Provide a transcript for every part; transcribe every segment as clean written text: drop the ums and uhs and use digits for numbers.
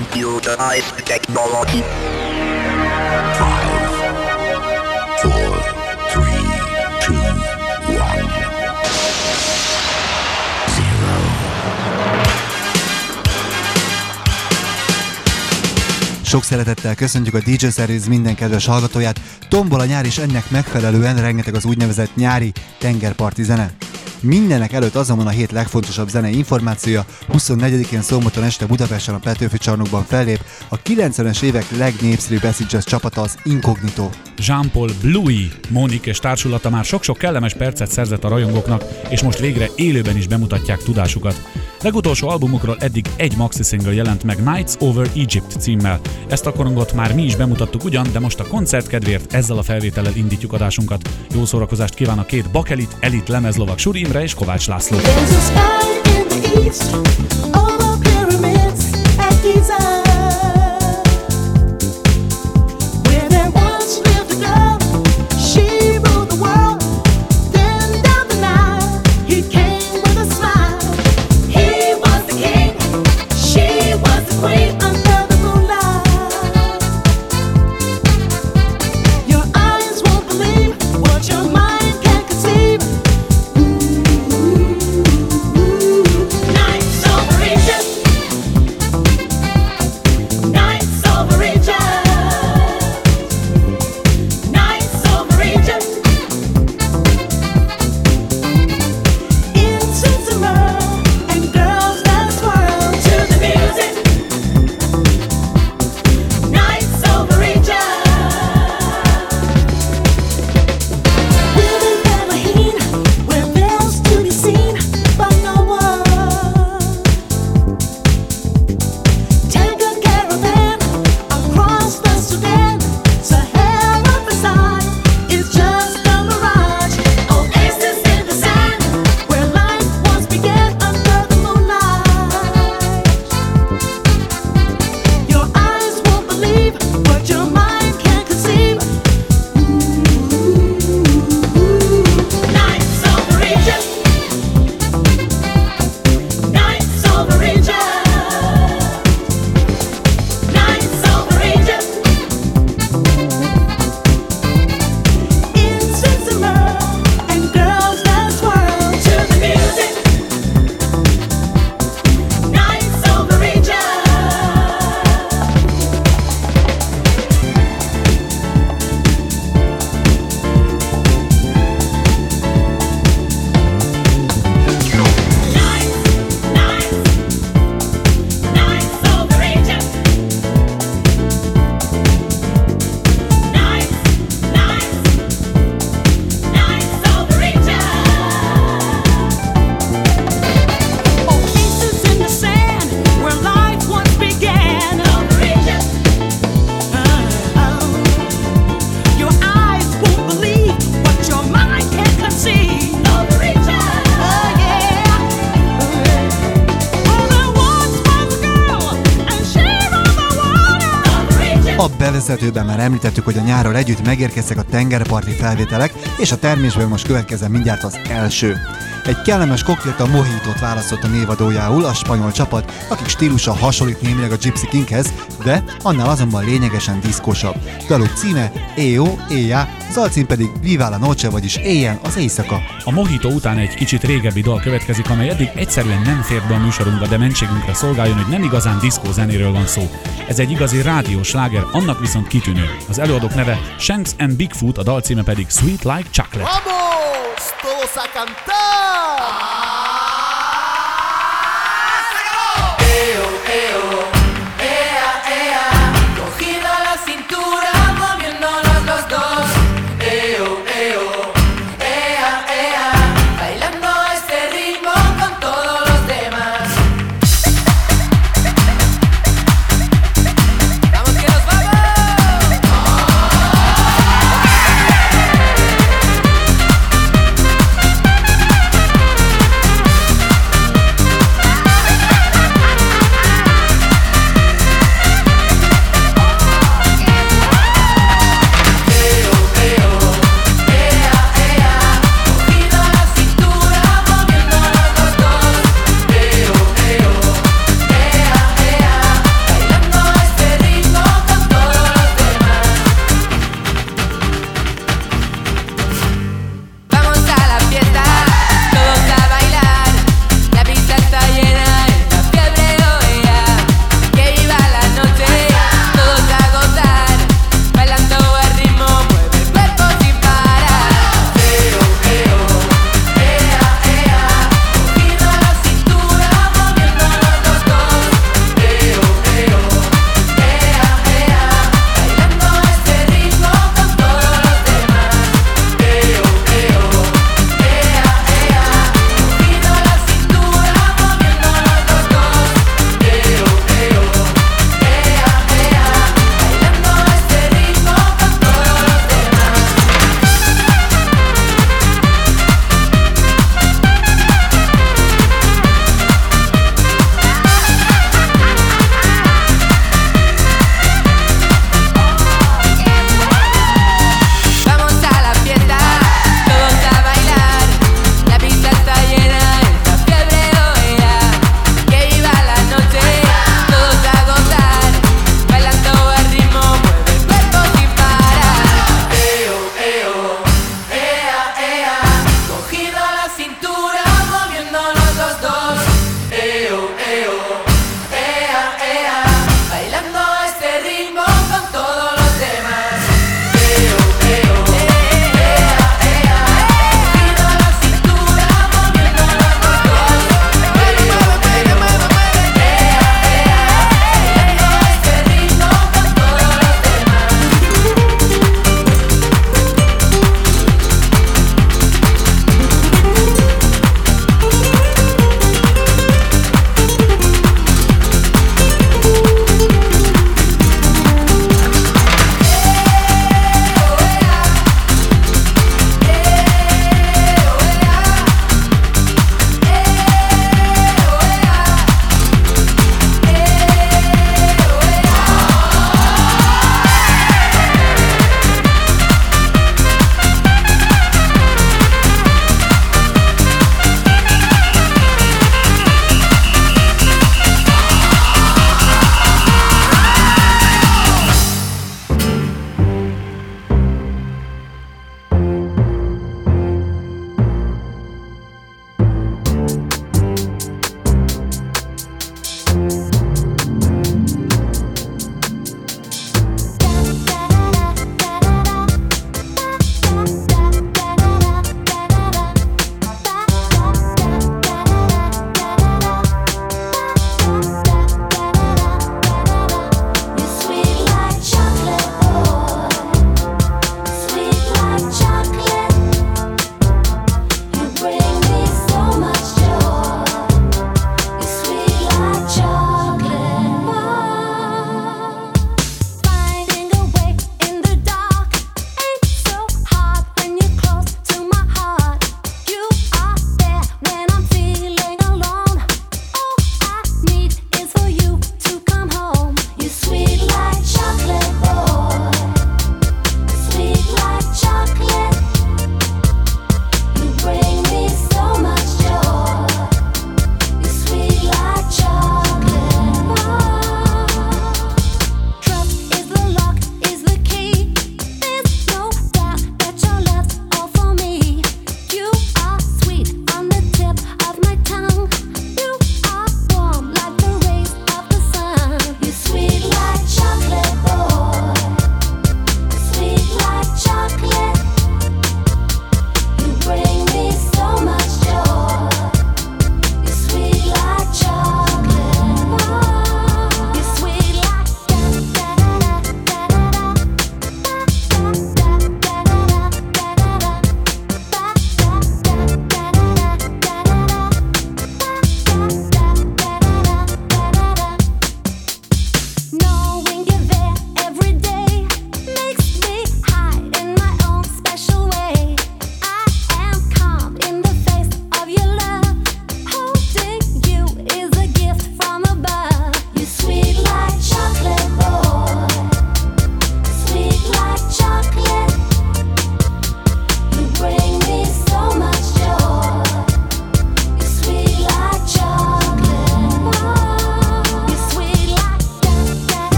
Computerized technology. 5, 4, 3, 2, 1, 0. Sok szeretettel köszöntjük a DJ Series minden kedves hallgatóját. Tombol a nyár, és ennek megfelelően rengeteg az úgynevezett nyári tengerparti zene. Mindenek előtt azonban a hét legfontosabb zenei információja. 24-én szombaton este Budapesten a Petőfi Csarnokban fellép a 90-es évek legnépszerűbb acid jazz csapata, az Incognito. Jean-Paul Bluey, Mónik és társulata már sok-sok kellemes percet szerzett a rajongóknak, és most végre élőben is bemutatják tudásukat. Legutolsó albumukról eddig egy maxi single jelent meg, Nights Over Egypt címmel. Ezt a korongot már mi is bemutattuk ugyan, de most a koncert kedvéért ezzel a felvétellel indítjuk adásunkat. Jó szórakozást kíván a két bakelit, elit lemezlovag Suri Imre és Kovács László. Bevezetőben már említettük, hogy a nyárral együtt megérkeztek a tengerparti felvételek, és a termésben most következzen mindjárt az első. Egy kellemes koktélt, a Mojitót választott a névadójául a spanyol csapat, akik stílusa hasonlít némileg a Gypsy Kinghez, de annál azonban lényegesen diszkósabb. Daluk címe Éjjó, éjjá, zalcím pedig Viva la Noche, vagyis Éjjel az éjszaka. A Mojito után egy kicsit régebbi dal következik, amely eddig egyszerűen nem fért be a műsorunkba, de mentségünkre szolgáljon, hogy nem igazán diszkó zenéről van szó. Ez egy igazi rádiós sláger, annak viszont kitűnő. Az előadók neve Shanks and Bigfoot, a dal címe pedig Sweet Like Chocolate. Vamos, todos a cantar!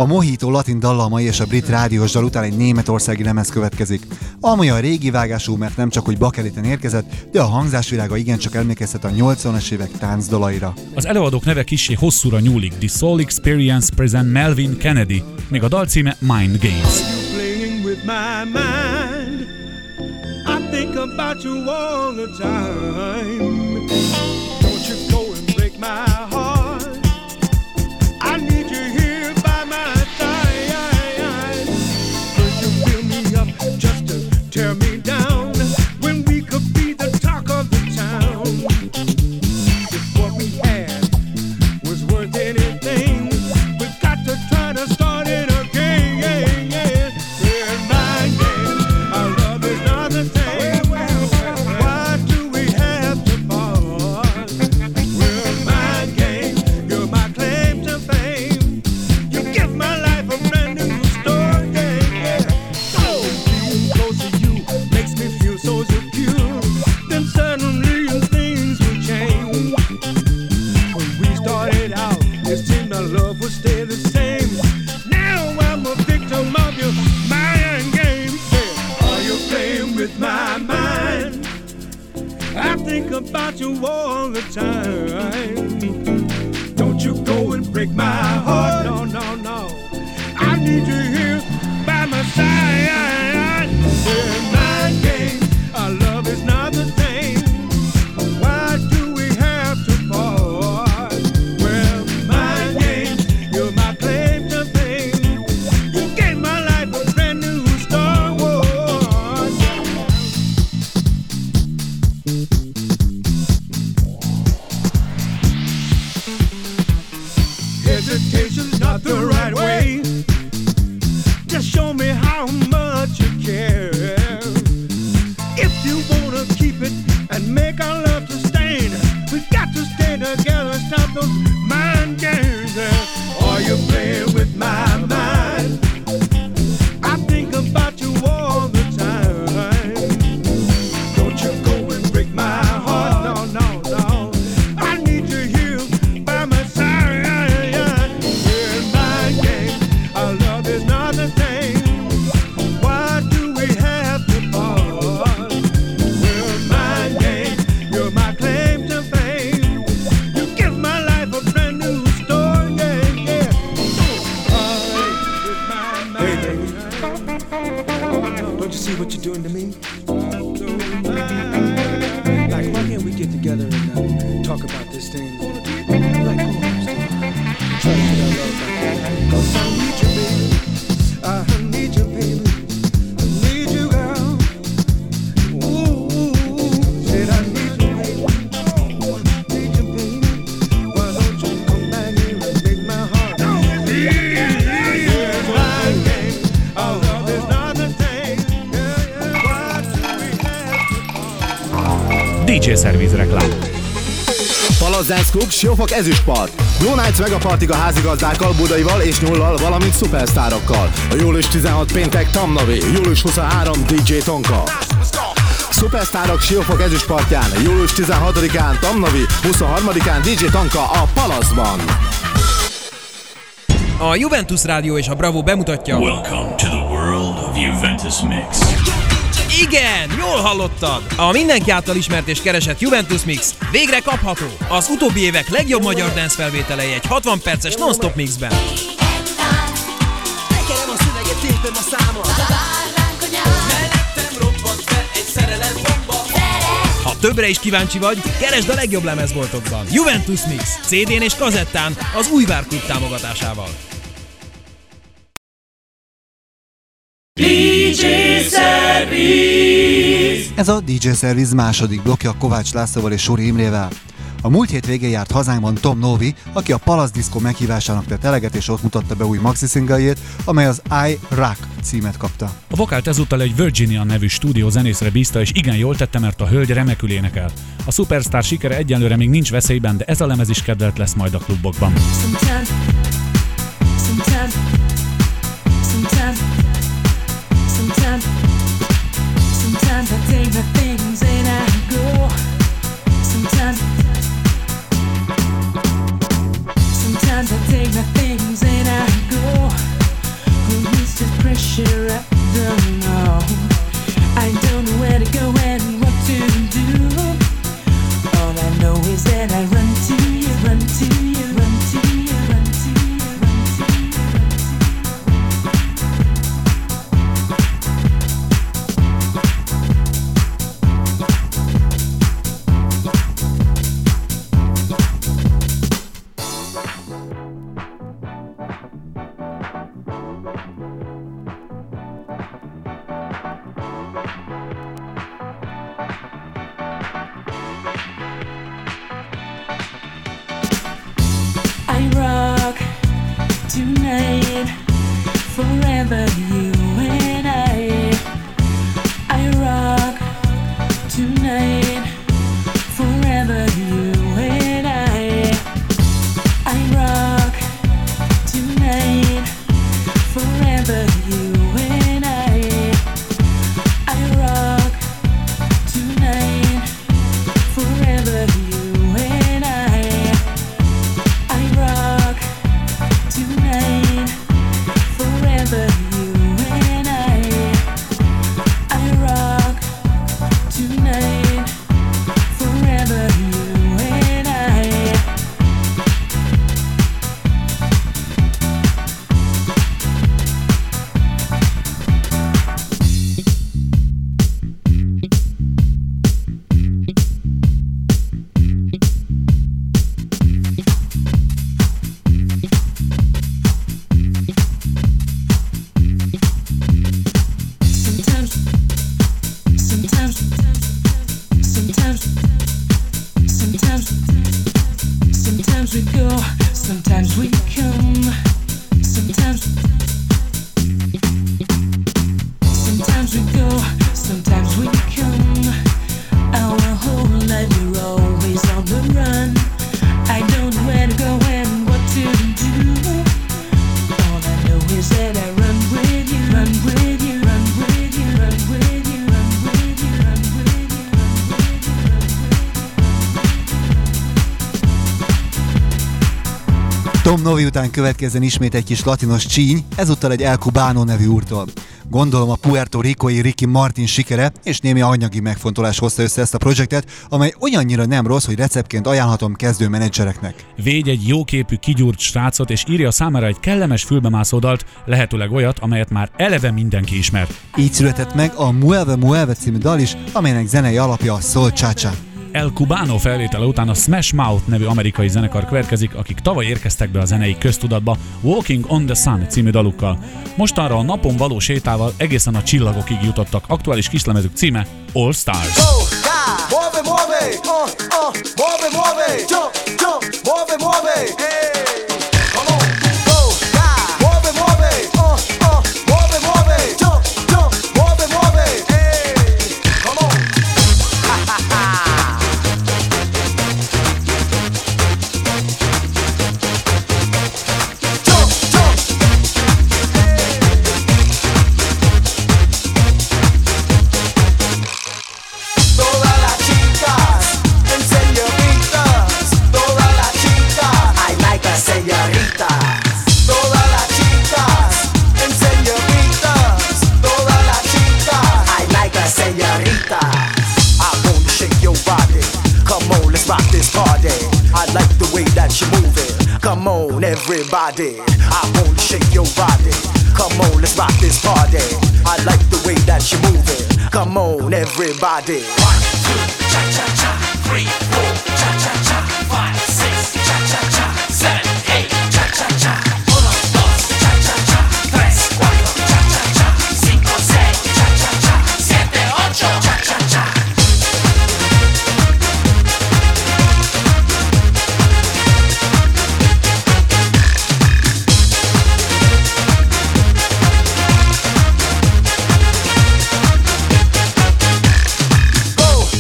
A Mojito latin dallamai és a brit rádiós dal után egy németországi lemez következik. Ami a régi vágású, mert nem csak úgy bakeliten érkezett, de a hangzásvilága igencsak emlékeztet a 80-as évek táncdalaira. Az előadók neve kissé hosszúra nyúlik. The Soul Experience present Melvin Kennedy, még a dal címe Mind Games. I think about you all the time. Don't you go and break my heart. I need you here by my side. First you fill me up just to tear me down, when we could be the talk of the town. If what we had was worth anything, we've got to try to start it again. We're mind games. Our love is not the same. Why do we have to part? We're mind games. You're my claim to fame. You give my life a brand new story. So being close to you makes me feel so secure. Then suddenly things will change. When we started out, it seemed our love would stay the same. Now I'm a victim of your mind games. Are you playing with my mind? I think about you all the time. Don't you go and break my heart. No, no, no. I need you here by my side. We're mind games. Our love is not the same. Why do we have to part? Well, mind games. You're my claim to fame. You gave my life a brand new Star Wars. Hesitation's not the right way. Just show me how much you care. If you wanna keep it and make our love sustain, we've got to stay together, stop those mind games. Are you playing with my mind? I think about you all the time. Don't you go and break my heart. No, no, no. I need you here by my side. We're mind games. Our love is not the same. Why do we have to part? We're mind games. You're my claim to fame. You give my life a brand new story. With my mind. Hey, baby. Don't you see what you're doing to me? Like, why can't we get together and talk about this thing? Like, try to get our love back. 'Cause I need you, baby. I need you, baby. I need you, girl. Ooh, said I need you, baby. Need you, baby. Why don't you come back here and make my heart? Here's my game. Our love is not the same. Why do we have to DJ Service reklám. Palace Dance Club, Siófok Ezüstpart. Blue Nights Megapartig a házigazdákkal, Budaival és Nyullal, valamint szupersztárokkal. A július 16 péntek Tamnavé, július 23 DJ Tonka. Szupersztárok Siófok Ezüstpartján, július 16-án Tamnavi, 23-án DJ Tonka a Palace-ban. A Juventus Rádió és a Bravo bemutatja... Welcome to the world of Juventus Mix. Igen, jól hallottad! A mindenki által ismert és keresett Juventus Mix végre kapható. Az utóbbi évek legjobb magyar dance felvételei egy 60 perces non-stop mixben. Tekerem a szöveget, tépem a számot. Mellettem robbant fel egy szerelem bomba. Ha többre is kíváncsi vagy, keresd a legjobb lemezboltokban. Juventus Mix, CD-n és kazettán az Újvár Klub támogatásával. DJ Service. Ez a DJ Service második blokja Kovács Lászlóval és Suri Imrével. A múlt hét végén járt hazánkban Tom Novi, aki a Palace Disco meghívásának tett eleget, és ott mutatta be új maxi-singljét, amely az I Rock címet kapta. A vokált ezúttal egy Virginia nevű stúdió zenészre bízta, és igen jól tette, mert a hölgy remekül énekel. A Superstar sikere egyenlőre még nincs veszélyben, de ez a lemez is kedvelt lesz majd a klubokban. Sometimes I take my things and I go. Sometimes I take my things and I go. sure I don't know. I don't know where to go and what to do. All I know is that I run to you, run to you, run to you, run to you, run to you, I rock tonight, forever you and I rock tonight, forever you and I rock tonight, forever you and I rock tonight, forever you and I rock tonight, forever you and I rock tonight, forever you and Sometimes we go, sometimes we come. Sometimes we go, sometimes we come. Our whole life we're always on the run. I don't know where to go and what to do. All I know is that I run with you, run with you, run with you, run with you, run with you, run with you, run with you, run with you. Tom Novi után következzen ismét egy kis latinos csíny, ezúttal egy El Cubano nevű úrtól. Gondolom a Puerto Ricói Ricky Martin sikere és némi anyagi megfontolás hozta össze ezt a projektet, amely olyannyira nem rossz, hogy receptként ajánlhatom kezdő menedzsereknek. Védj egy jóképű, kigyúrt srácot, és írja számára egy kellemes fülbemászó dalt, lehetőleg olyat, amelyet már eleve mindenki ismer. Így született meg a Mueve Mueve című dal is, amelynek zenei alapja a Soul Cha-Cha. El Cubano felvétele után a Smash Mouth nevű amerikai zenekar következik, akik tavaly érkeztek be a zenei köztudatba Walking on the Sun című dalukkal. Mostanra a napon való sétával egészen a csillagokig jutottak, aktuális kislemezük címe All Stars. Mueve, mueve, mueve, mueve, jump, jump, mueve, mueve, hey, come on, go, mueve, mueve, mueve, mueve, jump, jump, mueve, mueve, hey, come on, ha ha ha. Jump, jump, hey. Todas las chicas en señoritas, todas las chicas, I like a señorita. Todas las chicas en señoritas, todas las chicas, I like a señorita. I wanna shake your body, come on, let's rock this party. I like the way that you move it, come on everybody. I wanna shake your body, come on, let's rock this party. I like the way that you move it, come on everybody. 1, 2, cha cha cha. 3, 4, cha cha cha. 5, 6, cha cha cha. 7, 8, cha cha cha. 1, 2, cha cha cha. 3, 4, cha cha cha. 5, 6, cha cha cha. 7, 8, cha cha cha. Go,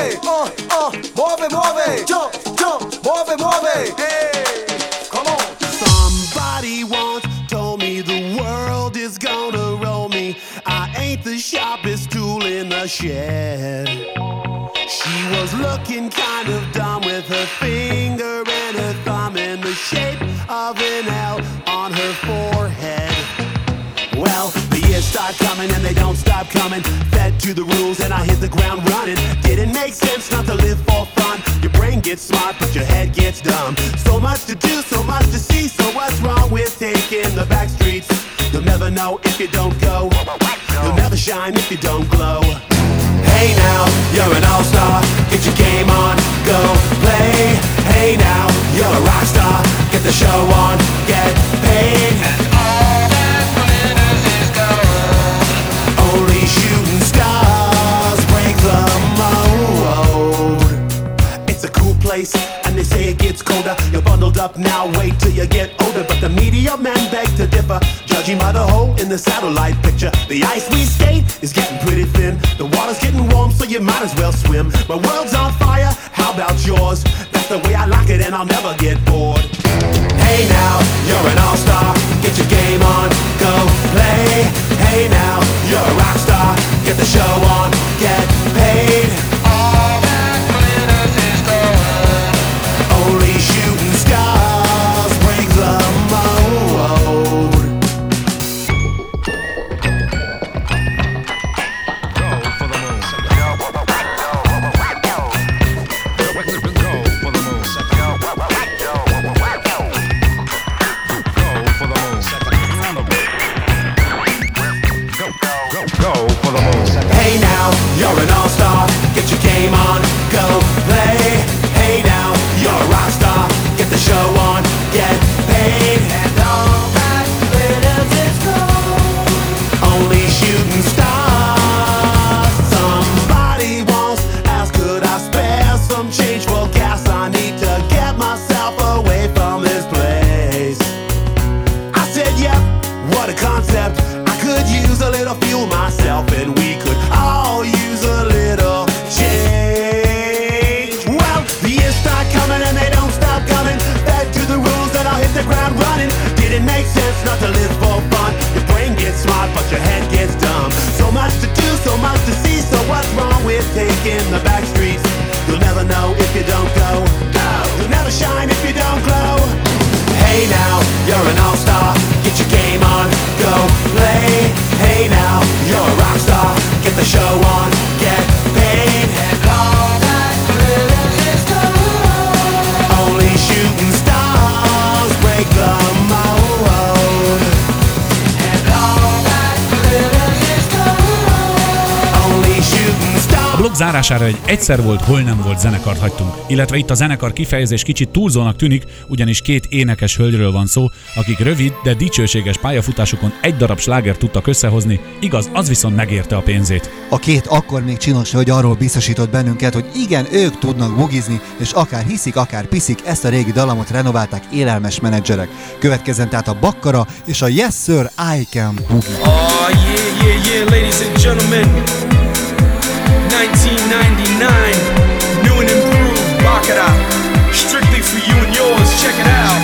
muove, jump, muove, hey, come on. Somebody once told me the world is gonna roll me. I ain't the sharpest tool in the shed. She was looking kind of dumb with her finger and her thumb in the shape of an L on her forehead. Well, the years start coming and they don't stop coming. Fed to the rules and I hit the ground running. Didn't make sense not to live for fun. Your brain gets smart but your head gets dumb. So much to do, so much to see. So what's wrong with taking the back streets? You'll never know if you don't go. You'll never shine if you don't glow. Hey now, you're an all-star. Get your game on, go play. Hey now, you're a rock star. Get the show on, get paid. And all that glitters is gold. Only shooting stars break the mold. It's a cool place, and they say it gets colder. You're bundled up now, wait till you get older. But the media men beg to differ, judging by the hole in the satellite picture. The ice we skate is getting pretty thin. The water's getting warm, so you might as well swim. My world's on fire, how about yours? That's the way I like it, and I'll never get bored. Hey now, you're an all-star. Get your game on, go play. Hey now, you're a rock star. Get the show on, get paid. All that glitters is gold. Only shooting stars break the mold. Hey now, you're an all-star. Get your game on, go play. Hey now, you're a rock star. Get the show on, get paid. And all that glitters is gold. Only shooting stars. Somebody once asked, could I spare some change for gas? I need to get myself away from this place. I said, yep, what a concept. I could use a little fuel myself, and we could all use a little change. Well, the years start coming and they don't stop coming. Back to the rules and I'll hit the ground running. Didn't make sense not to live for fun. Your brain gets smart but your head gets dumb. So much to do, so much to see. So what's wrong with taking the back streets? You'll never know if you don't go. You'll never shine if you don't glow. Hey now, you're an all-star. Get your game on, go play. Hey now, you're a rock star. Get the show on, get paid. And all that glitters is gold. Only shooting stars break the mold. And all that glitters is gold. Only shooting stars. A blog zárására egy egyszer volt, hol nem volt zenekart hagytunk. Illetve itt a zenekar kifejezés kicsit túlzónak tűnik, ugyanis két énekes hölgyről van szó, akik rövid, de dicsőséges pályafutásukon egy darab slágert tudtak összehozni, igaz, az viszont megérte a pénzét. A két akkor még csinos hölgy arról biztosított bennünket, hogy igen, ők tudnak bugizni, és akár hiszik, akár piszik, ezt a régi dallamot renoválták élelmes menedzserek. Következzen tehát a Bakkara és a Yes Sir, I Can Boogie. Oh yeah, ladies and gentlemen, 1999, new and improved Bakkara, strictly for you and yours, check it out.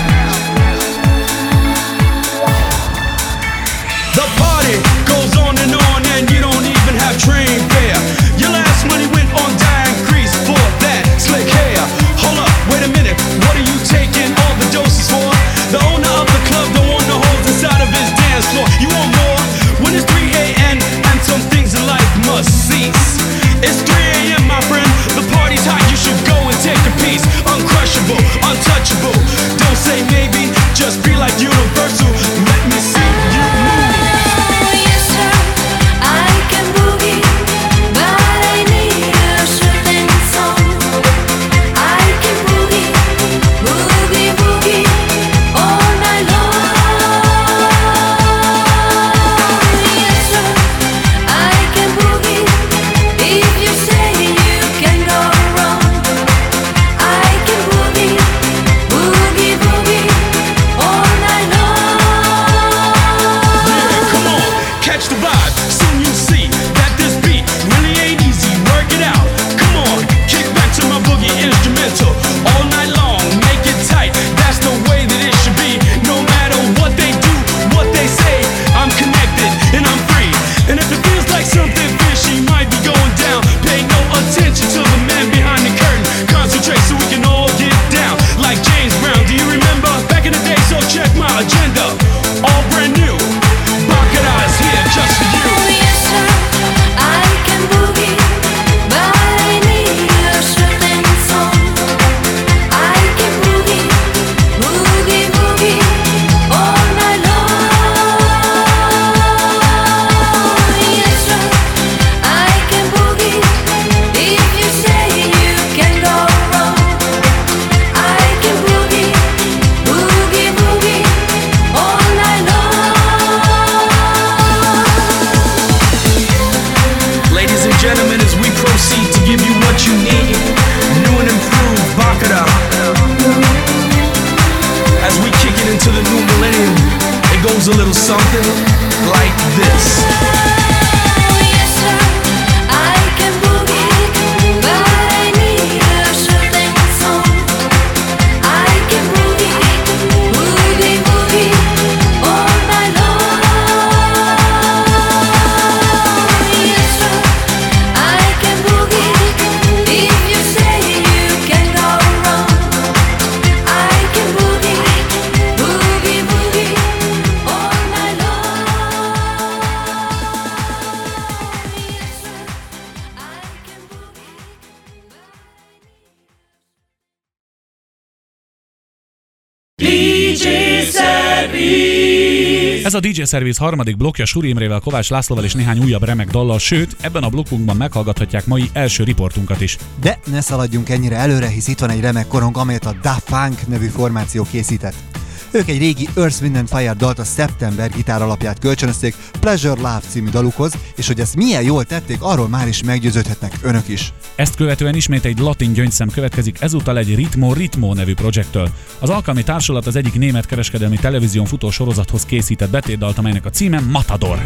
The party goes on and you don't even have train fare. Your last money went on Diane Crease for that slick hair. Hold up, wait a minute, what are you taking all the doses for? The owner of the club don't want no holes inside of his dance floor. You want more? When it's 3 a.m. and some things in life must cease. It's 3 a.m. my friend, the me, new and improved Baccara. As we kick it into the new millennium, it goes a little something like this. Ez a DJ Service harmadik blokkja Suri Imrével, Kovács Lászlóval és néhány újabb remek dallal, sőt, ebben a blokkunkban meghallgathatják mai első riportunkat is. De ne szaladjunk ennyire előre, hisz itt van egy remek korong, amelyet a Da Funk nevű formáció készített. Ők egy régi Earth, Wind & Fire dalt, a September gitár alapját kölcsönözték Pleasure Love című dalukhoz, és hogy ezt milyen jól tették, arról már is meggyőződhetnek önök is. Ezt követően ismét egy latin gyöngyszem következik, ezúttal egy Ritmo nevű projekttől. Az alkalmi társulat az egyik német kereskedelmi televízión futó sorozathoz készített betétdalt, amelynek a címe Matador.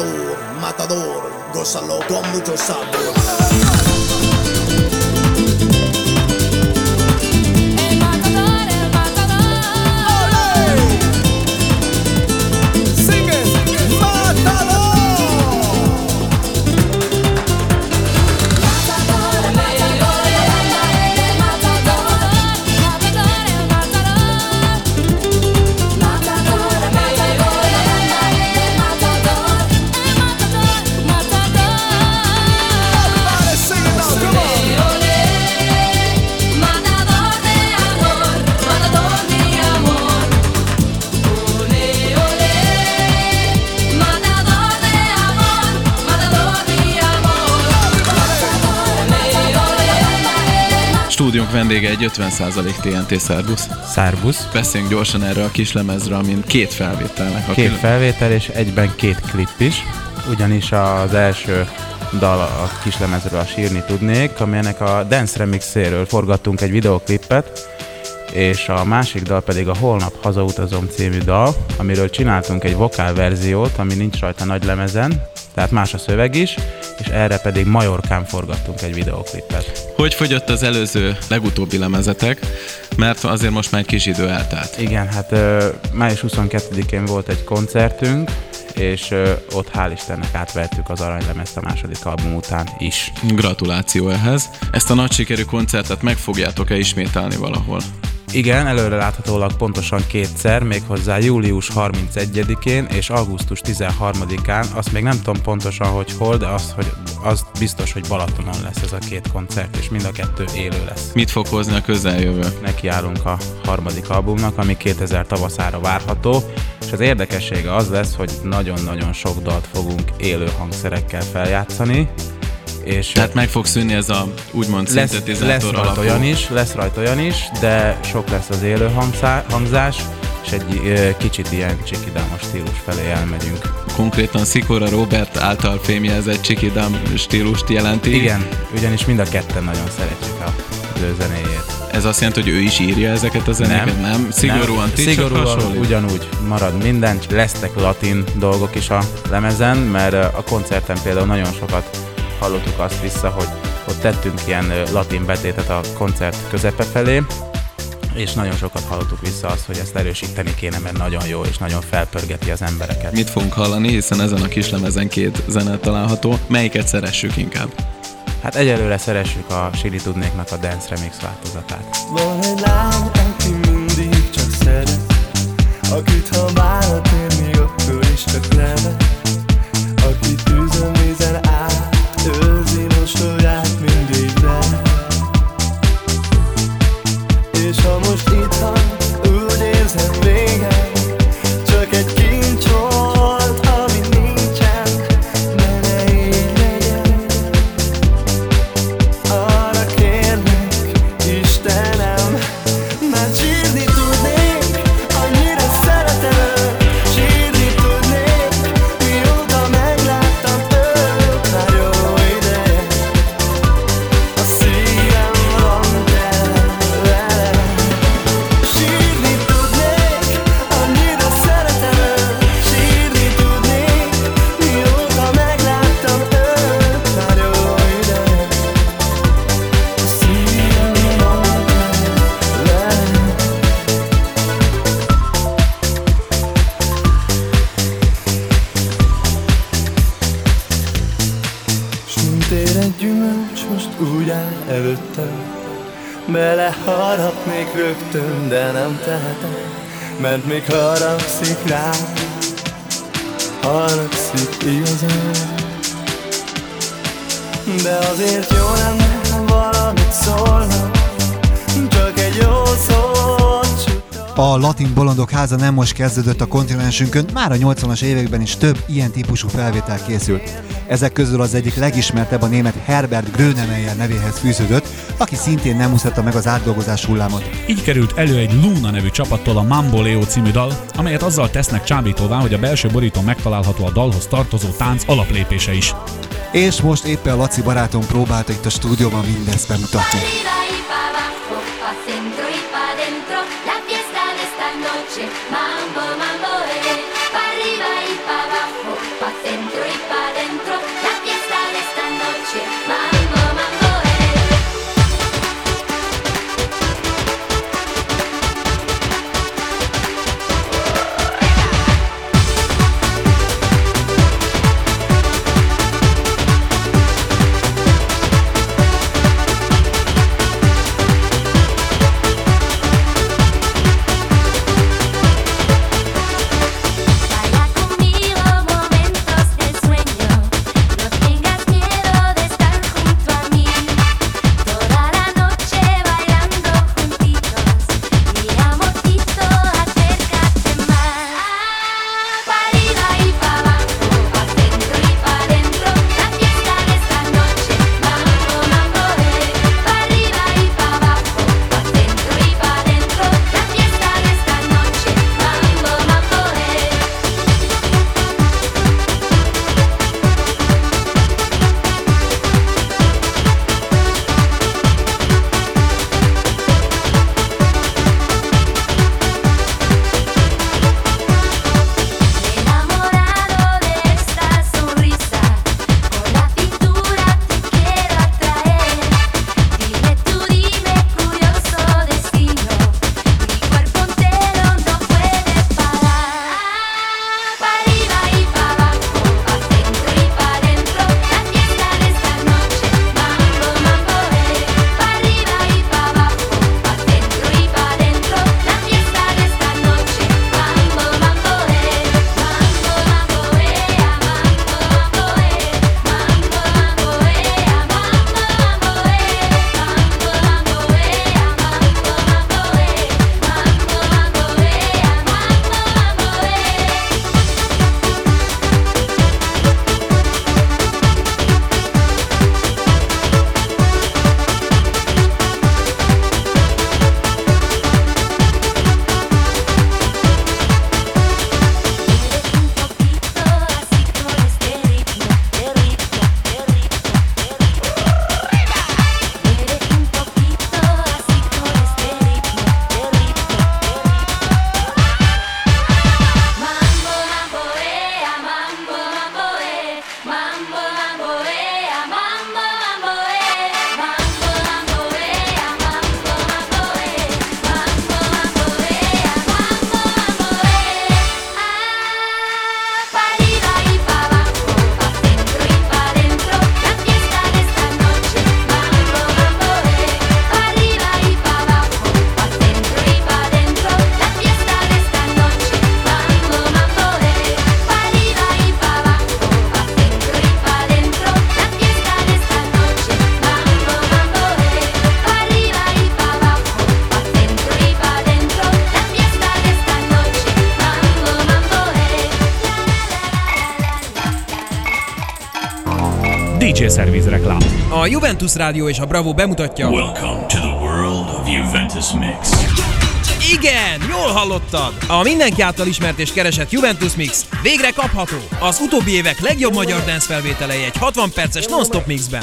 matador, matador, gózalo con mucho sabor. Stúdiónk vendége egy 50% TNT Szerbusz. Szerbusz. Beszéljünk gyorsan erre a kislemezre, amin két felvételnek. Két felvétel és egyben két klip is, ugyanis az első dal a kislemezről, a Sírni tudnék, amelynek a Dance Remixéről forgattunk egy videoklipet, és a másik dal pedig a Holnap hazautazom című dal, amiről csináltunk egy vokálverziót, ami nincs rajta nagy lemezen, tehát más a szöveg is, és erre pedig Majorkán forgattunk egy videoklipet. Hogy fogyott az előző, legutóbbi lemezetek? Mert azért most már egy kis idő eltelt. Igen, hát május 22-én volt egy koncertünk, és ott hál' Istennek átvertük az aranylemezt a második album után is. Gratuláció ehhez. Ezt a nagy sikerű koncertet meg fogjátok-e ismételni valahol? Igen, előre láthatólag pontosan kétszer, méghozzá július 31-én és augusztus 13-án, azt még nem tudom pontosan, hogy hol, de az biztos, hogy Balatonon lesz ez a két koncert, és mind a kettő élő lesz. Mit fog hozni a közeljövő? Nekiállunk a harmadik albumnak, ami 2000 tavaszára várható, és az érdekessége az lesz, hogy nagyon-nagyon sok dalt fogunk élő hangszerekkel feljátszani, és tehát meg fog szűnni ez a úgymond szintetizátor alapú. Lesz rajta olyan is, de sok lesz az élő hangzás, és egy kicsit ilyen csikidám stílus felé elmegyünk. Konkrétan Szikora Robert által fémjelzett csikidám stílust jelenti? Igen, ugyanis mind a ketten nagyon szeretjük az ő zenéjét. Ez azt jelenti, hogy ő is írja ezeket a zenéket, nem? Szigorúan ti csak hasonlít? Ugyanúgy marad minden, lesznek latin dolgok is a lemezen, mert a koncerten például nagyon sokat hallottuk azt vissza, hogy ott tettünk ilyen latin betétet a koncert közepe felé, és nagyon sokat hallottuk vissza azt, hogy ezt erősíteni kéne, mert nagyon jó és nagyon felpörgeti az embereket. Mit fogunk hallani, hiszen ezen a kislemezen két zene található. Melyiket szeressük inkább? Hát egyelőre szeressük a Sírni tudnéknak a Dance Remix változatát. Van egy lány, aki mindig csak szeret, akit ha várat ér, még akkor is csak nevet, aki tűzön vízen át, őrzi mostolyát mindig veled. És ha most itt van, úgy érzem végem, csak egy kincs volt, ami nincsen, de ne így legyen. Arra kérlek, Istenem, mert sírni tudnék, annyira szeretem őt. Sírni tudnék, mióta megláttam őt. Már jó ideje, a szívem van tele. Sírni tudnék, annyira szeretem őt. Sírni tudnék, mióta megláttam őt. Már jó ideje, a szívem van tele. S mint ér egy gyümölcs, most úgy áll előttem, beleharapnék rögtön, de nem tehetem, mert még haragszik rám, haragszik igazán. De azért jó lenne, valamit szólna, csak egy jó szót csüt. A Latin Bolondok háza nem most kezdődött a kontinensünkön, már a 80-as években is több ilyen típusú felvétel készült. Ezek közül az egyik legismertebb a német Herbert Grönemeyer nevéhez fűződött, aki szintén nem úszhatta meg az átdolgozás hullámot. Így került elő egy Luna nevű csapattól a Mambo Leo című dal, amelyet azzal tesznek csábítóvá, hogy a belső borítón megtalálható a dalhoz tartozó tánc alaplépése is. És most éppen a Laci barátom próbálta itt a stúdióban mindezt bemutatni. Mambo, mambo, pa arriba y pa abajo, pa centro y DJ Service reklám. A Juventus Rádió és a Bravo bemutatja. Welcome to the world of Juventus Mix. Igen, jól hallottad! A mindenki által ismert és keresett Juventus Mix végre kapható. Az utóbbi évek legjobb magyar dance felvételei egy 60 perces non-stop mixben.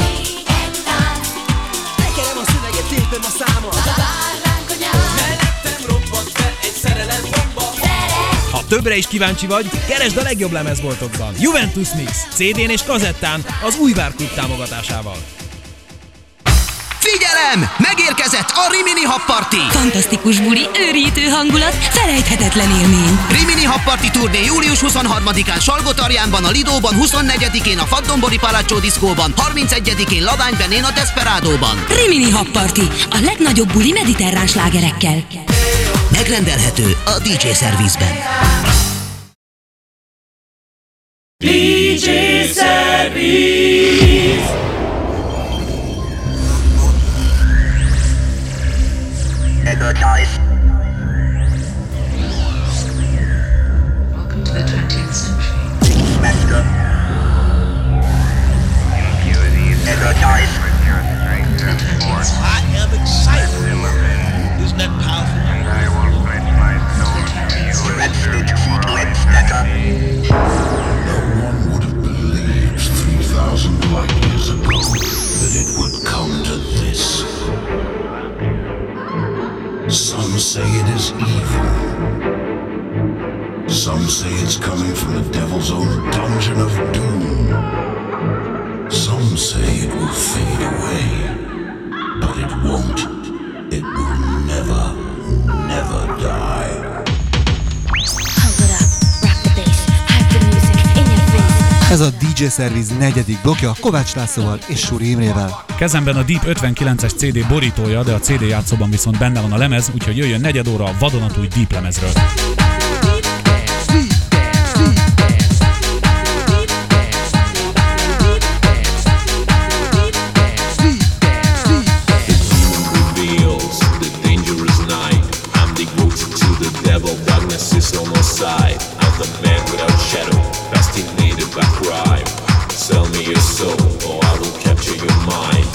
Tekerem a szöveget, tépem a számot. Mellettem robbant fel egy szerelem bomba. Ha többre is kíváncsi vagy, keresd a legjobb lemezboltokban. Juventus Mix, CD-n és kazettán az Újvár Klub támogatásával. Figyelem! Megérkezett a Rimini Hub Party! Fantasztikus buli, őrítő hangulat, felejthetetlen élmény. Rimini Hub Party turné július 23-án Salgótarjánban, a Lidóban, 24-én a Faddombori Palaccio diszkóban, 31-én Ladánybenén a Desperádóban. Rimini Hub Party, a legnagyobb buli mediterrán slágerekkel. Megrendelhető a DJ Service-ben. DJ Service. Advertise. Welcome to the 20th century. Master. Advertise. I am excited. Isn't that powerful? No one would have believed 3,000 light years ago that it would come to this. Some say it is evil. Some say it's coming from the devil's own dungeon of doom. Some say it will fade away, but it won't. It will never, never die. Ez a DJ Service negyedik blokja Kovács Lászlóval és Suri Imrével. Kezemben a Deep 59-es CD borítója, de a CD játszóban viszont benne van a lemez, úgyhogy jöjjön negyed óra a vadonatúj Deep lemezről. Sell me your soul, or I will capture your mind.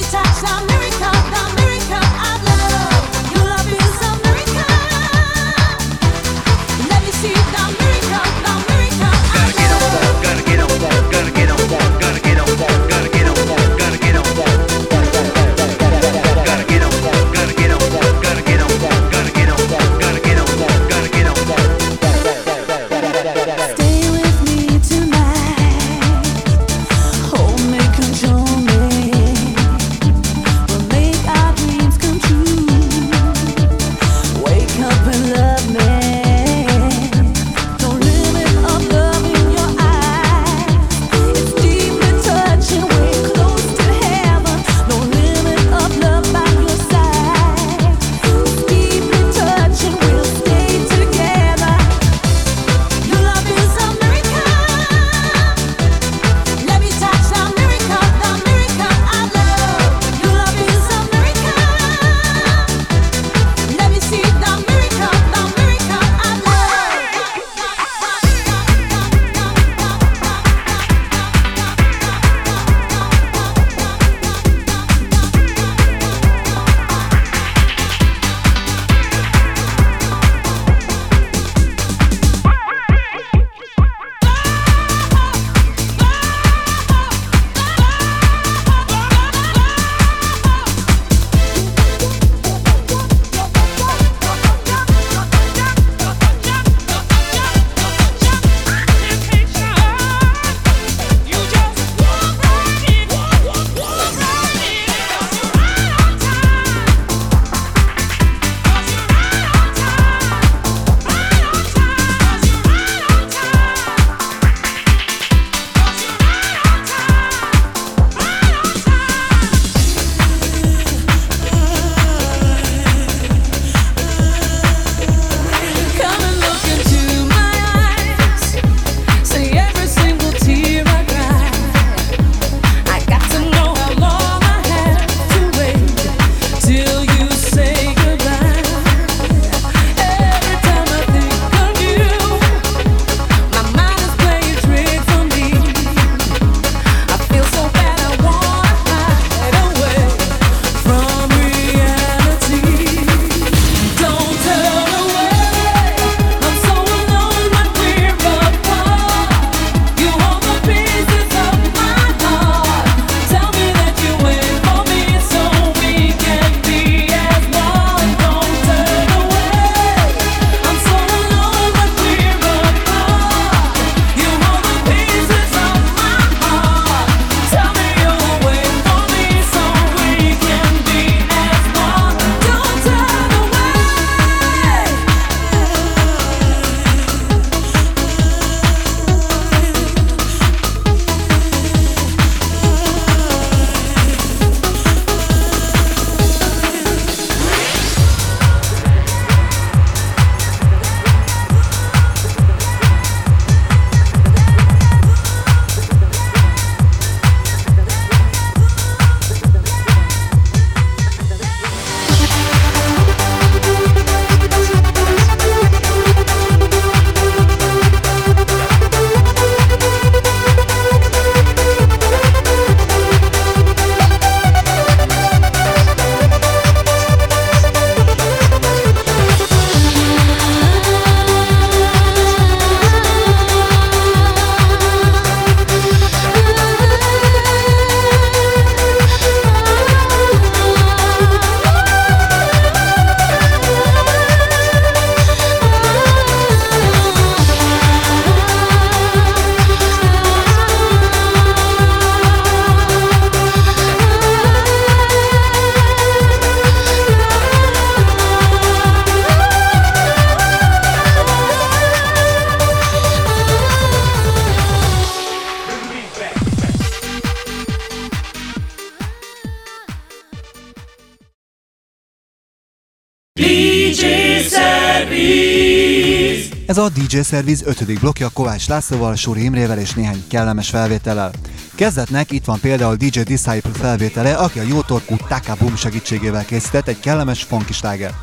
Ez a DJ Service 5. blokkja Kovács Lászlóval, Suri Imrével és néhány kellemes felvétellel. Kezdetnek itt van például DJ Disciple felvétele, aki a jótorkú Taka Boom segítségével készített egy kellemes funky sláger.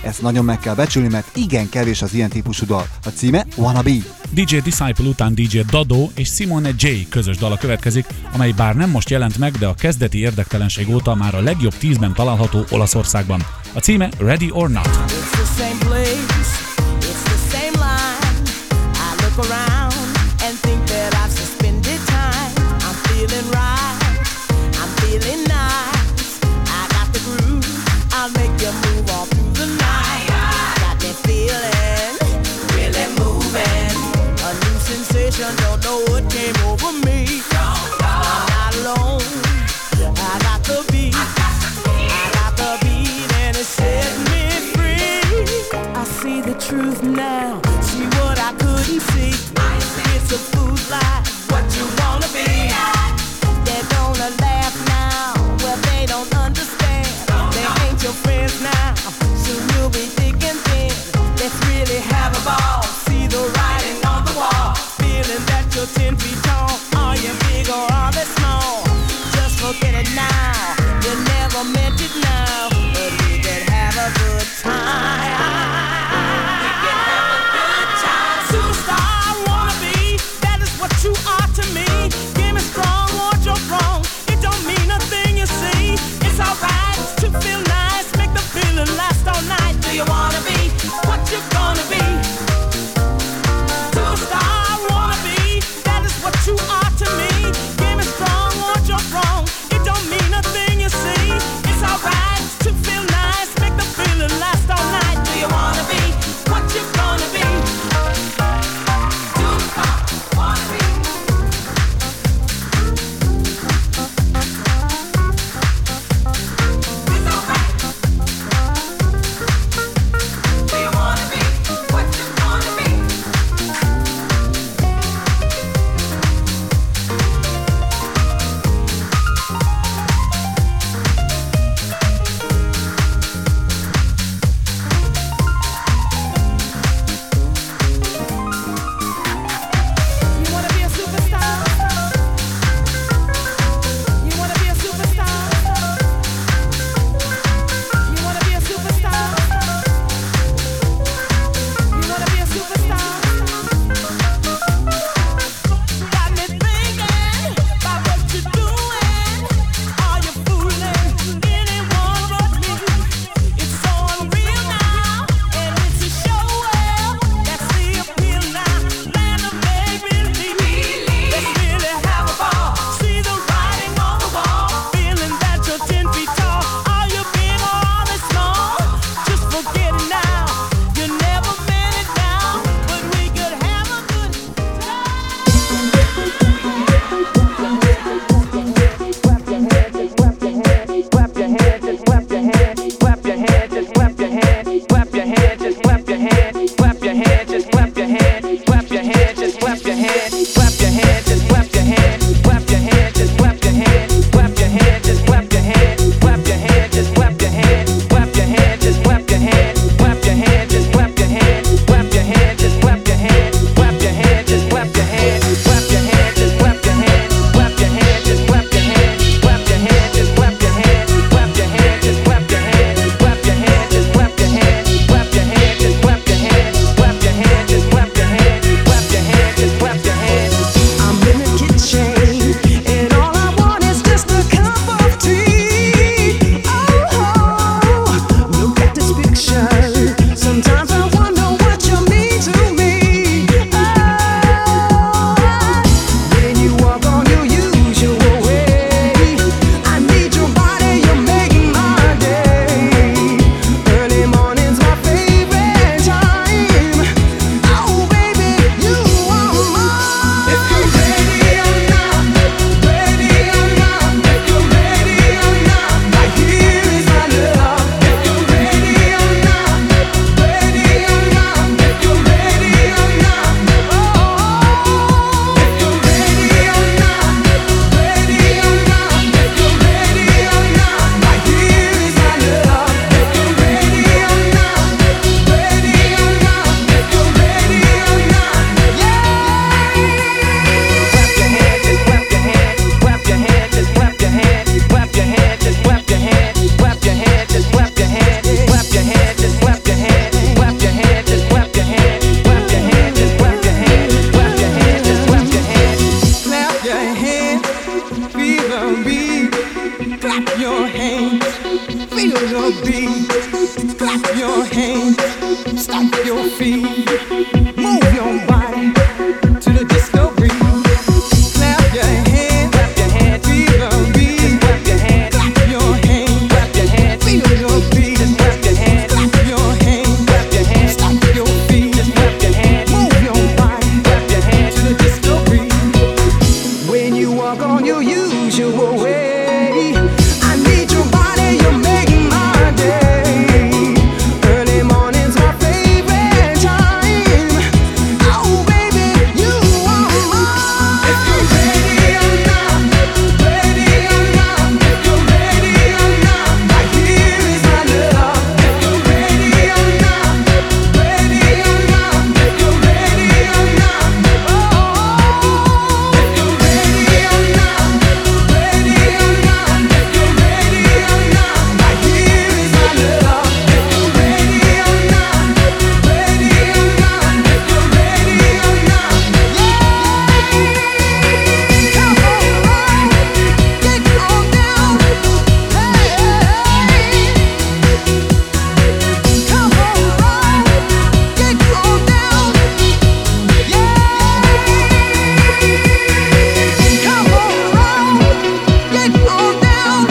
Ezt nagyon meg kell becsülni, mert igen kevés az ilyen típusú dal. A címe Wanna Be. DJ Disciple után DJ Dado és Simone J közös dala következik, amely bár nem most jelent meg, de a kezdeti érdektelenség óta már a legjobb 10-ben található Olaszországban. A címe Ready or Not. Don't know what came over me. I'm not alone. I got the beat. I got the beat, and it set me free. I see the truth now. See what I couldn't see. hands, feel the beat. Clap your hands, stomp your feet, move your body to the disco beat. Clap your hands, feel the beat. Clap your hands, feel the beat. Clap your hands, stomp your feet, move your body to the disco beat. When you walk on your usual way, I need your body, you're making my day. Early morning's my favorite time. Oh baby, you are mine. If you're ready or not, ready or not, if you're ready or not, right here is my love. If you're ready or not, ready or not, if you're ready or not, oh. If you're ready or not, ready or not, if you're ready or not, right here is my love. If you're ready or not, ready or not, if you're ready or not, come on, get on down, hey, come on, get on down, yeah, come on, get on down,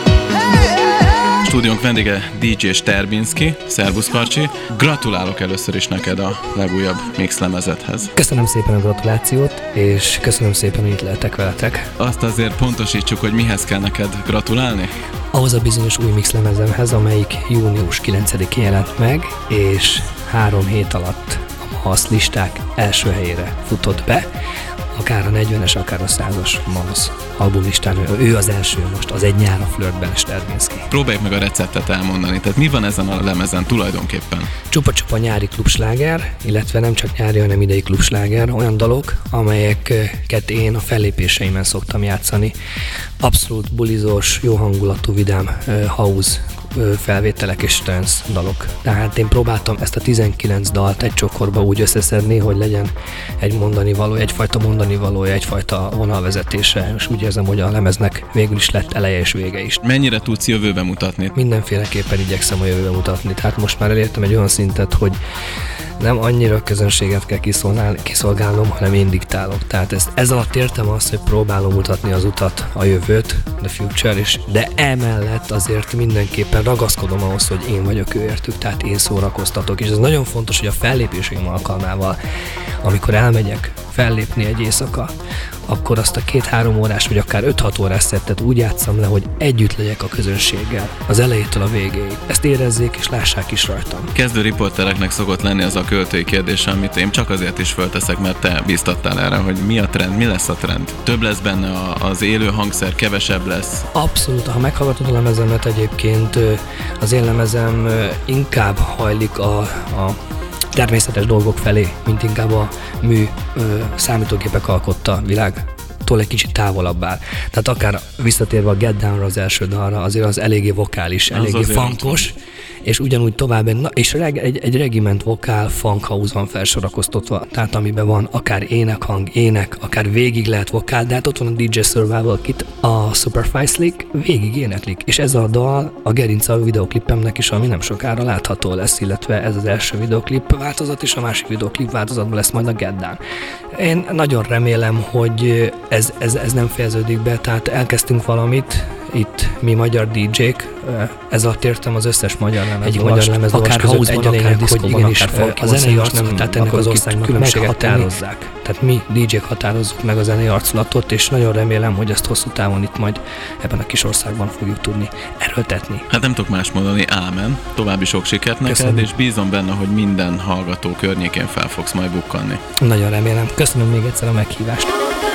hey. Stúdiónk vendége DJ Sterbinski. Szervusz Karcsi. Gratulálok először is neked a legújabb mix lemezethez. Köszönöm szépen a gratulációt, és köszönöm szépen, hogy itt lehetek veletek. Azt azért pontosítsuk, hogy mihez kell neked gratulálni? Ahhoz a bizonyos új mixlemezemhez, amelyik június 9-én jelent meg, és 3 hét alatt a MAUS listák első helyére futott be, akár a 40-es, akár a 100-as MAUS albumlistán. Ő az első most, az Egy nyár a flörtben, Sterbinski. Próbáljuk meg a receptet elmondani. Tehát mi van ezen a lemezen tulajdonképpen? Csupa-csupa nyári klubsláger, illetve nem csak nyári, hanem idei klubsláger, olyan dalok, amelyeket én a fellépéseimen szoktam játszani. Abszolút bulizós, jó hangulatú, vidám house felvételek és trance dalok. Tehát én próbáltam ezt a 19 dalt egy csokorba úgy összeszedni, hogy legyen egy mondani való, egyfajta mondani valója, egyfajta vonalvezetése, és úgy érzem, hogy a lemeznek végül is lett eleje és vége is. Mennyire tudsz jövőbe mutatni? Mindenféleképpen igyekszem a jövőbe mutatni. Tehát most már elértem egy olyan szintet, hogy nem annyira a közönséget kell kiszolgálnom, hanem én diktálok. Tehát ez alatt értem azt, hogy próbálom mutatni az utat, a jövőt, the future, de emellett azért mindenképpen ragaszkodom ahhoz, hogy én vagyok őértük, tehát én szórakoztatok. És ez nagyon fontos, hogy a fellépéseim alkalmával, amikor elmegyek fellépni egy éjszaka, akkor azt a 2-3 órás, vagy akár 5-6 órás szettet úgy játszam le, hogy együtt legyek a közönséggel, az elejétől a végéig. Ezt érezzék és lássák is rajtam. Kezdő riportereknek szokott lenni az a költői kérdés, amit én csak azért is fölteszek, mert te bíztattál erre, hogy mi a trend, mi lesz a trend. Több lesz benne az élő hangszer, kevesebb lesz? Abszolút, ha meghallgatod a lemezemet egyébként, az én lemezem inkább hajlik a természetes dolgok felé, mint inkább a mű számítógépek alkotta világtól egy kicsit távolabb áll. Tehát akár visszatérve a Get Down-ra, az első dalra, azért az eléggé vokális, eléggé funkos, és ugyanúgy tovább, és egy regiment vokál funk house van felsorakoztatva, tehát amiben van akár ének, akár végig lehet vokál, de hát ott van a DJ Survival Kit, a Superfly Slick végig éneklik, és ez a dal a gerinca videoklipemnek is, ami nem sokára látható lesz, illetve ez az első videoklip változat, és a másik videoklip változatban lesz majd a Get Down. Én nagyon remélem, hogy ez nem fejeződik be, tehát elkezdtünk valamit, itt mi magyar DJ-k, ez alatt értem az összes magyar lemez, akár house-ban, akár diszkóban, akár a zenei arc nem, tehát ennek az országnak különbséget határozzák. Tehát mi DJ-k határozzuk meg a zenei arculatot, és nagyon remélem, hogy ezt hosszú távon itt majd ebben a kis országban fogjuk tudni erőltetni. Hát nem tudok más mondani, ámen. További sok sikert neked, Köszönöm. és bízom benne, hogy minden hallgató környékén fel fogsz majd bukkanni. Nagyon remélem. Köszönöm még egyszer a meghívást.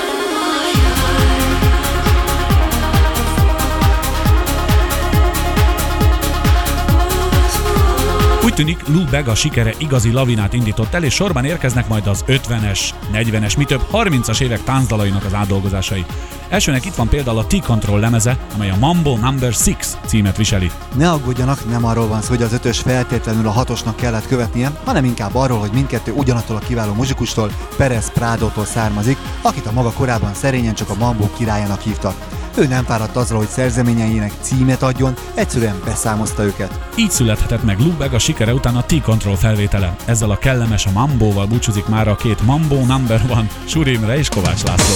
Úgy tűnik, Lou Bega sikere igazi lavinát indított el, és sorban érkeznek majd az 50-es, 40-es, mi több 30-as évek táncdalainak az átdolgozásai. Elsőnek itt van például a T-Control lemeze, amely a Mambo No. 6 címet viseli. Ne aggódjanak, nem arról van szó, hogy az 5-ös feltétlenül a 6-osnak kellett követnie, hanem inkább arról, hogy mindkettő ugyanattól a kiváló muzsikustól, Perez Prádótól származik, akit a maga korában szerényen csak a Mambo királyának hívtak. ő nem fáradt azzal, hogy szerzeményeinek címet adjon, egyszerűen beszámozta őket. Így születhetett meg Lou Bega sikere után a T-Control felvétele. Ezzel a kellemes a Mambóval búcsúzik már a két Mambo Number One, Suri Imre és Kovács László.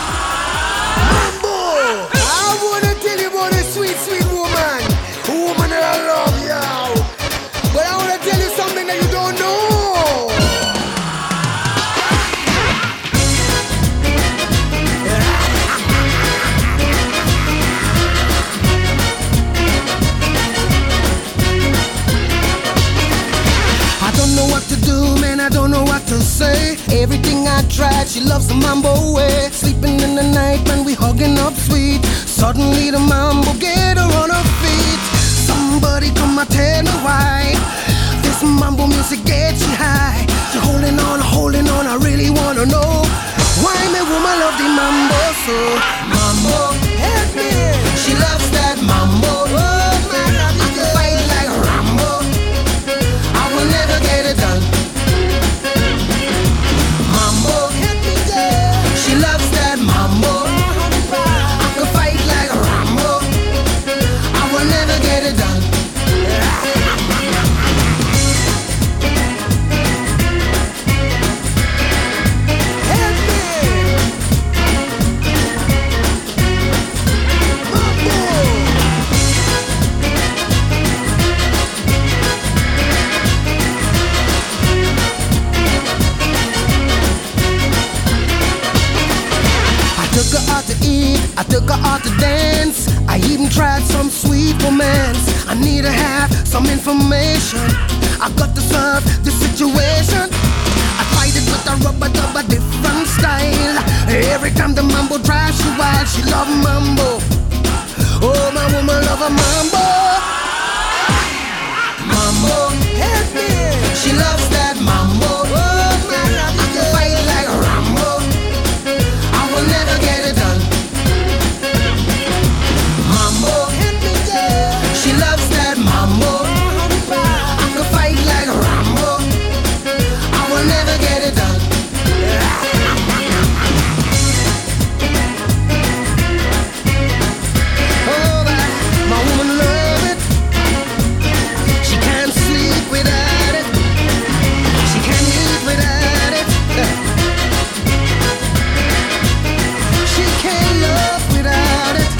I don't know what to say. Everything I tried, she loves the mambo way. Sleeping in the night when we hugging up sweet. Suddenly the mambo get her on her feet. Somebody come and tell me why this mambo music gets you high. She holding on, I really wanna know why my woman love the mambo so. Mambo, help me. She loves that mambo. Oh man, I can fight like Rambo. I will never get it done. She loves that mambo. I could fight like Rambo. I will never get it done. Help me. I took her out to dance. I even tried some sweet romance. I need to have some information. I got to solve the situation. I fight it with a rubber dub, a different style. Every time the mambo drives she wild, she love mambo. Oh, my woman love a mambo. Mambo, help me. She loves that mambo. Oh, man, I can fight like Rambo. I will never get it done. Mambo, she loves that mambo. I could fight like Rambo. I will never get it done. Oh, my woman love it. She can't sleep without it. She can't eat without it. She can't love without it.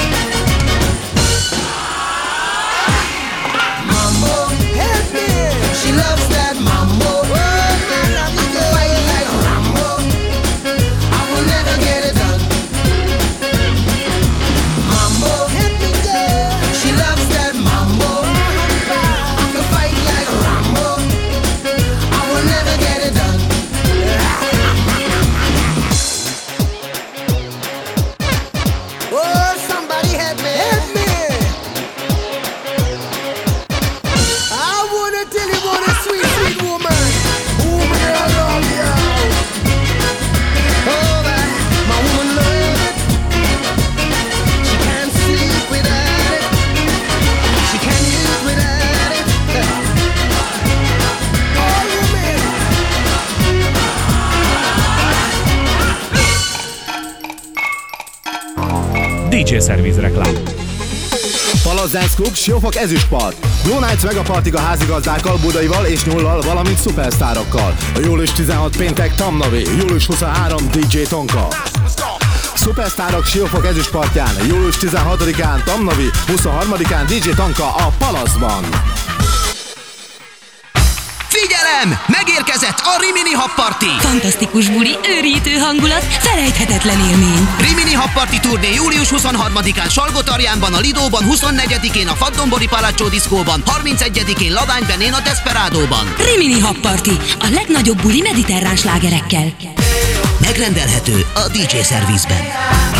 She loves that mambo. Oh, man, I can fight like Rambo. I will never get it done. Mambo, she loves that mambo. I can fight like Rambo. I will never get it done. Oh, somebody help me. Help me. I wanna tell you what a sweet, sweet woman. Woman, I love you. Oh, my woman love it. She can't sleep without it. She can't eat without it. Oh, woman. DJ Service reklám. Palace Dance Club, Siófok Ezüstpart. Blue Nights Megapartika házigazdákkal, Budaival és Nyullal, valamint szupersztárokkal. A július 16 péntek Tamnavé, július 23 DJ Tonka. Szupersztárok Siófok Ezüstpartján, július 16-án Tamnavi, 23-án DJ Tonka a Palaszban. Figyelem! Megérkezett a Rimini Hub Party! Fantasztikus buli, őrítő hangulat, felejthetetlen élmény. Rimini Hub Party turné július 23-án Salgótarjánban, a Lidóban, 24-én a Faddombori Palaccio diszkóban, 31-én Ladánybenén a Desperádóban. Rimini Hub Party, a legnagyobb buli mediterrán slágerekkel. Megrendelhető a DJ Service-ben.